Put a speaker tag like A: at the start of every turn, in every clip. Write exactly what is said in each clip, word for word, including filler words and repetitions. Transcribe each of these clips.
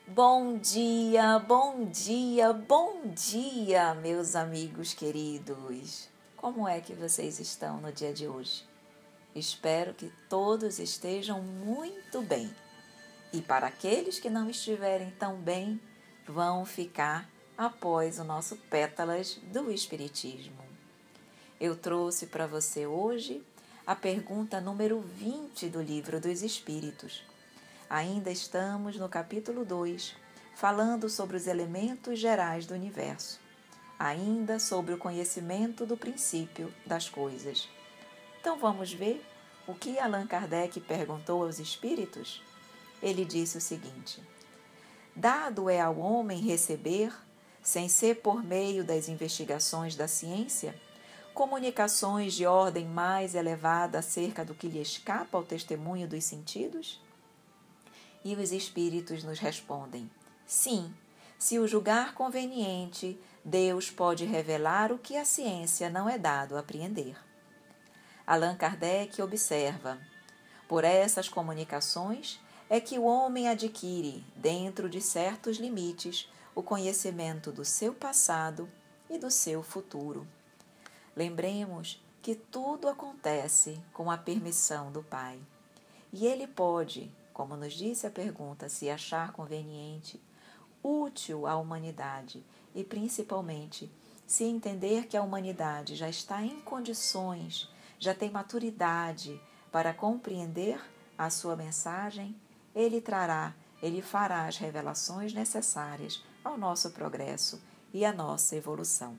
A: Bom dia, bom dia, bom dia, meus amigos queridos. Como é que vocês estão no dia de hoje? Espero que todos estejam muito bem. E para aqueles que não estiverem tão bem, vão ficar após o nosso Pétalas do Espiritismo. Eu trouxe para você hoje a pergunta número vinte do Livro dos Espíritos. Ainda estamos no capítulo dois, falando sobre os elementos gerais do universo, ainda sobre o conhecimento do princípio das coisas. Então vamos ver o que Allan Kardec perguntou aos espíritos? Ele disse o seguinte: dado é ao homem receber, sem ser por meio das investigações da ciência, comunicações de ordem mais elevada acerca do que lhe escapa ao testemunho dos sentidos? E os espíritos nos respondem: sim, se o julgar conveniente, Deus pode revelar o que a ciência não é dado a apreender. Allan Kardec observa: por essas comunicações é que o homem adquire, dentro de certos limites, o conhecimento do seu passado e do seu futuro. Lembremos que tudo acontece com a permissão do Pai. E Ele pode, como nos disse a pergunta, se achar conveniente, útil à humanidade e, principalmente, se entender que a humanidade já está em condições, já tem maturidade para compreender a sua mensagem, Ele trará, Ele fará as revelações necessárias ao nosso progresso e à nossa evolução.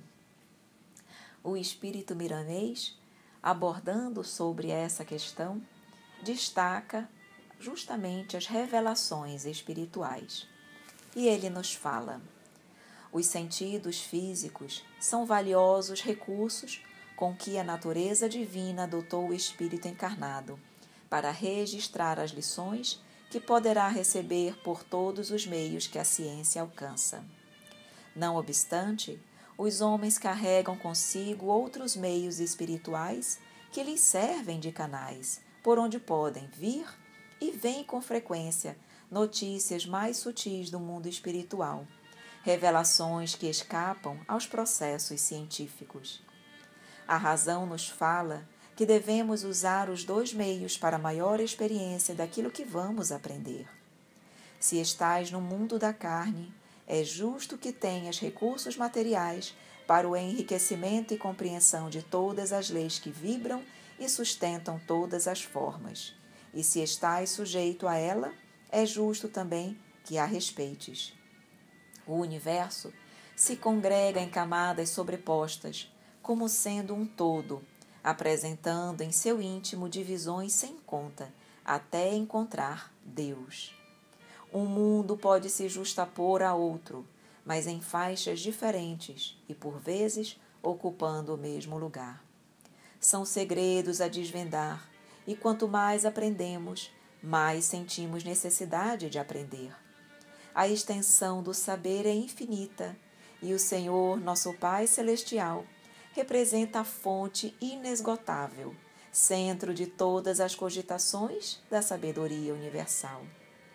A: O Espírito Miramês, abordando sobre essa questão, destaca justamente as revelações espirituais. E ele nos fala: os sentidos físicos são valiosos recursos com que a natureza divina dotou o espírito encarnado para registrar as lições que poderá receber por todos os meios que a ciência alcança. Não obstante, os homens carregam consigo outros meios espirituais que lhes servem de canais, por onde podem vir e vêm com frequência notícias mais sutis do mundo espiritual, revelações que escapam aos processos científicos. A razão nos fala que devemos usar os dois meios para maior experiência daquilo que vamos aprender. Se estás no mundo da carne, é justo que tenhas recursos materiais para o enriquecimento e compreensão de todas as leis que vibram e sustentam todas as formas. E se estás sujeito a ela, é justo também que a respeites. O universo se congrega em camadas sobrepostas, como sendo um todo, apresentando em seu íntimo divisões sem conta, até encontrar Deus. Um mundo pode se justapor a outro, mas em faixas diferentes e, por vezes, ocupando o mesmo lugar. São segredos a desvendar, e quanto mais aprendemos, mais sentimos necessidade de aprender. A extensão do saber é infinita, e o Senhor, nosso Pai Celestial, representa a fonte inesgotável, centro de todas as cogitações da sabedoria universal.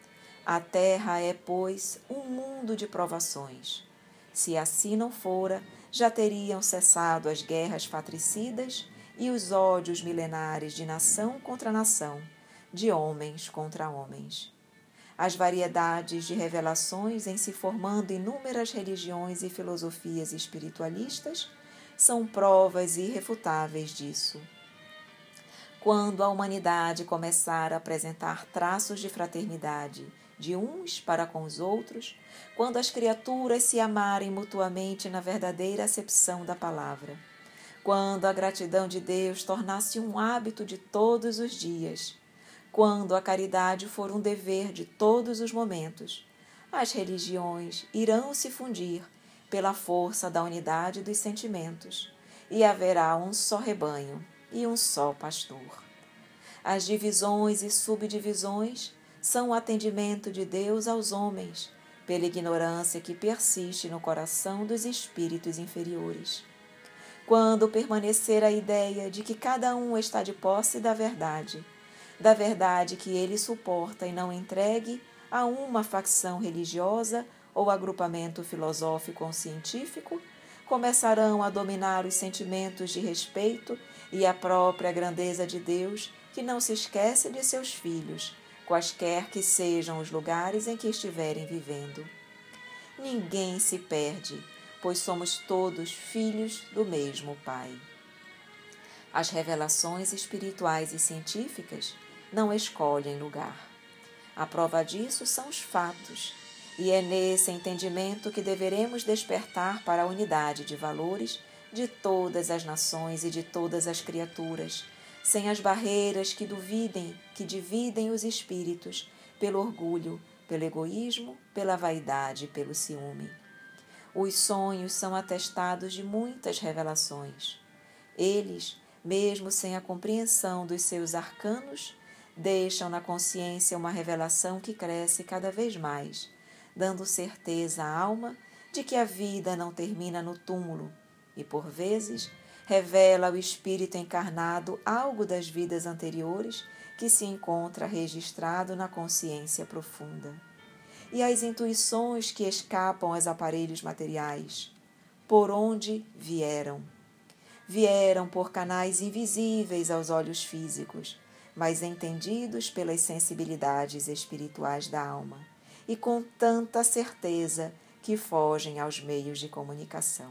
A: A terra é, pois, um mundo de provações. Se assim não fora, já teriam cessado as guerras fratricidas e os ódios milenares de nação contra nação, de homens contra homens. As variedades de revelações em se formando inúmeras religiões e filosofias espiritualistas são provas irrefutáveis disso. Quando a humanidade começar a apresentar traços de fraternidade de uns para com os outros, quando as criaturas se amarem mutuamente na verdadeira acepção da palavra, quando a gratidão de Deus tornar-se um hábito de todos os dias, quando a caridade for um dever de todos os momentos, as religiões irão se fundir pela força da unidade dos sentimentos, e haverá um só rebanho e um só pastor. As divisões e subdivisões são o atendimento de Deus aos homens, pela ignorância que persiste no coração dos espíritos inferiores. Quando permanecer a ideia de que cada um está de posse da verdade, da verdade que ele suporta e não entregue a uma facção religiosa ou agrupamento filosófico ou científico, começarão a dominar os sentimentos de respeito e a própria grandeza de Deus, que não se esquece de seus filhos, quaisquer que sejam os lugares em que estiverem vivendo. Ninguém se perde, pois somos todos filhos do mesmo Pai. As revelações espirituais e científicas não escolhem lugar. A prova disso são os fatos, e é nesse entendimento que deveremos despertar para a unidade de valores de todas as nações e de todas as criaturas, sem as barreiras que duvidem, que dividem os espíritos pelo orgulho, pelo egoísmo, pela vaidade e pelo ciúme. Os sonhos são atestados de muitas revelações. Eles, mesmo sem a compreensão dos seus arcanos, deixam na consciência uma revelação que cresce cada vez mais, dando certeza à alma de que a vida não termina no túmulo e, por vezes, revela ao espírito encarnado algo das vidas anteriores que se encontra registrado na consciência profunda. E as intuições que escapam aos aparelhos materiais, por onde vieram? Vieram por canais invisíveis aos olhos físicos, mas entendidos pelas sensibilidades espirituais da alma, e com tanta certeza que fogem aos meios de comunicação.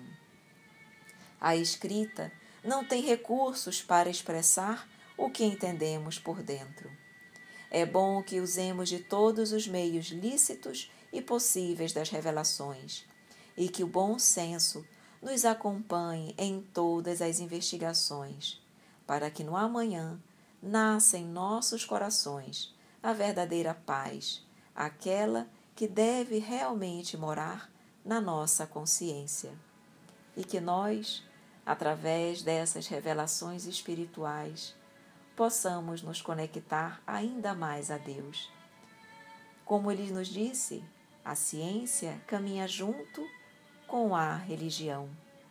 A: A escrita não tem recursos para expressar o que entendemos por dentro. É bom que usemos de todos os meios lícitos e possíveis das revelações, e que o bom senso nos acompanhe em todas as investigações, para que no amanhã nasça em nossos corações a verdadeira paz, aquela que deve realmente morar na nossa consciência. E que nós, através dessas revelações espirituais, possamos nos conectar ainda mais a Deus. Como ele nos disse, a ciência caminha junto com a religião.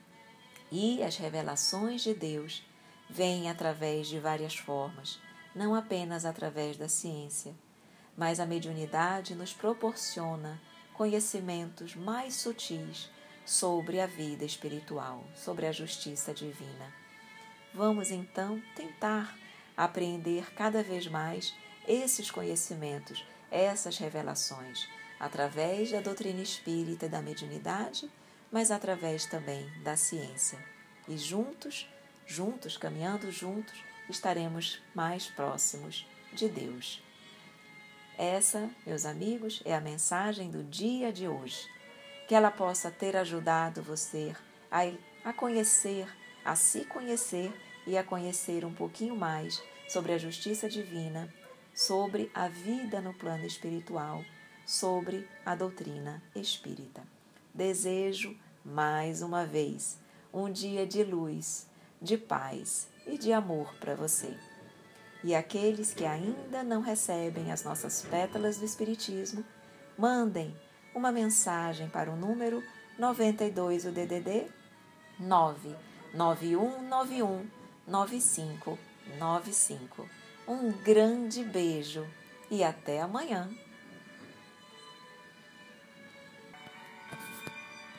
A: E as revelações de Deus vêm através de várias formas, não apenas através da ciência, mas a mediunidade nos proporciona conhecimentos mais sutis sobre a vida espiritual, sobre a justiça divina. Vamos então tentar apreender cada vez mais esses conhecimentos, essas revelações, através da doutrina espírita e da mediunidade, mas através também da ciência. E juntos, juntos, caminhando juntos, estaremos mais próximos de Deus. Essa, meus amigos, é a mensagem do dia de hoje. Que ela possa ter ajudado você a, a conhecer, a se conhecer e a conhecer um pouquinho mais sobre a justiça divina, sobre a vida no plano espiritual, sobre a doutrina espírita. Desejo, mais uma vez, um dia de luz, de paz e de amor para você. E aqueles que ainda não recebem as nossas pétalas do Espiritismo, mandem uma mensagem para o número noventa e dois, o D D D nove nove um nove um nove cinco nove cinco. Um grande beijo e até amanhã.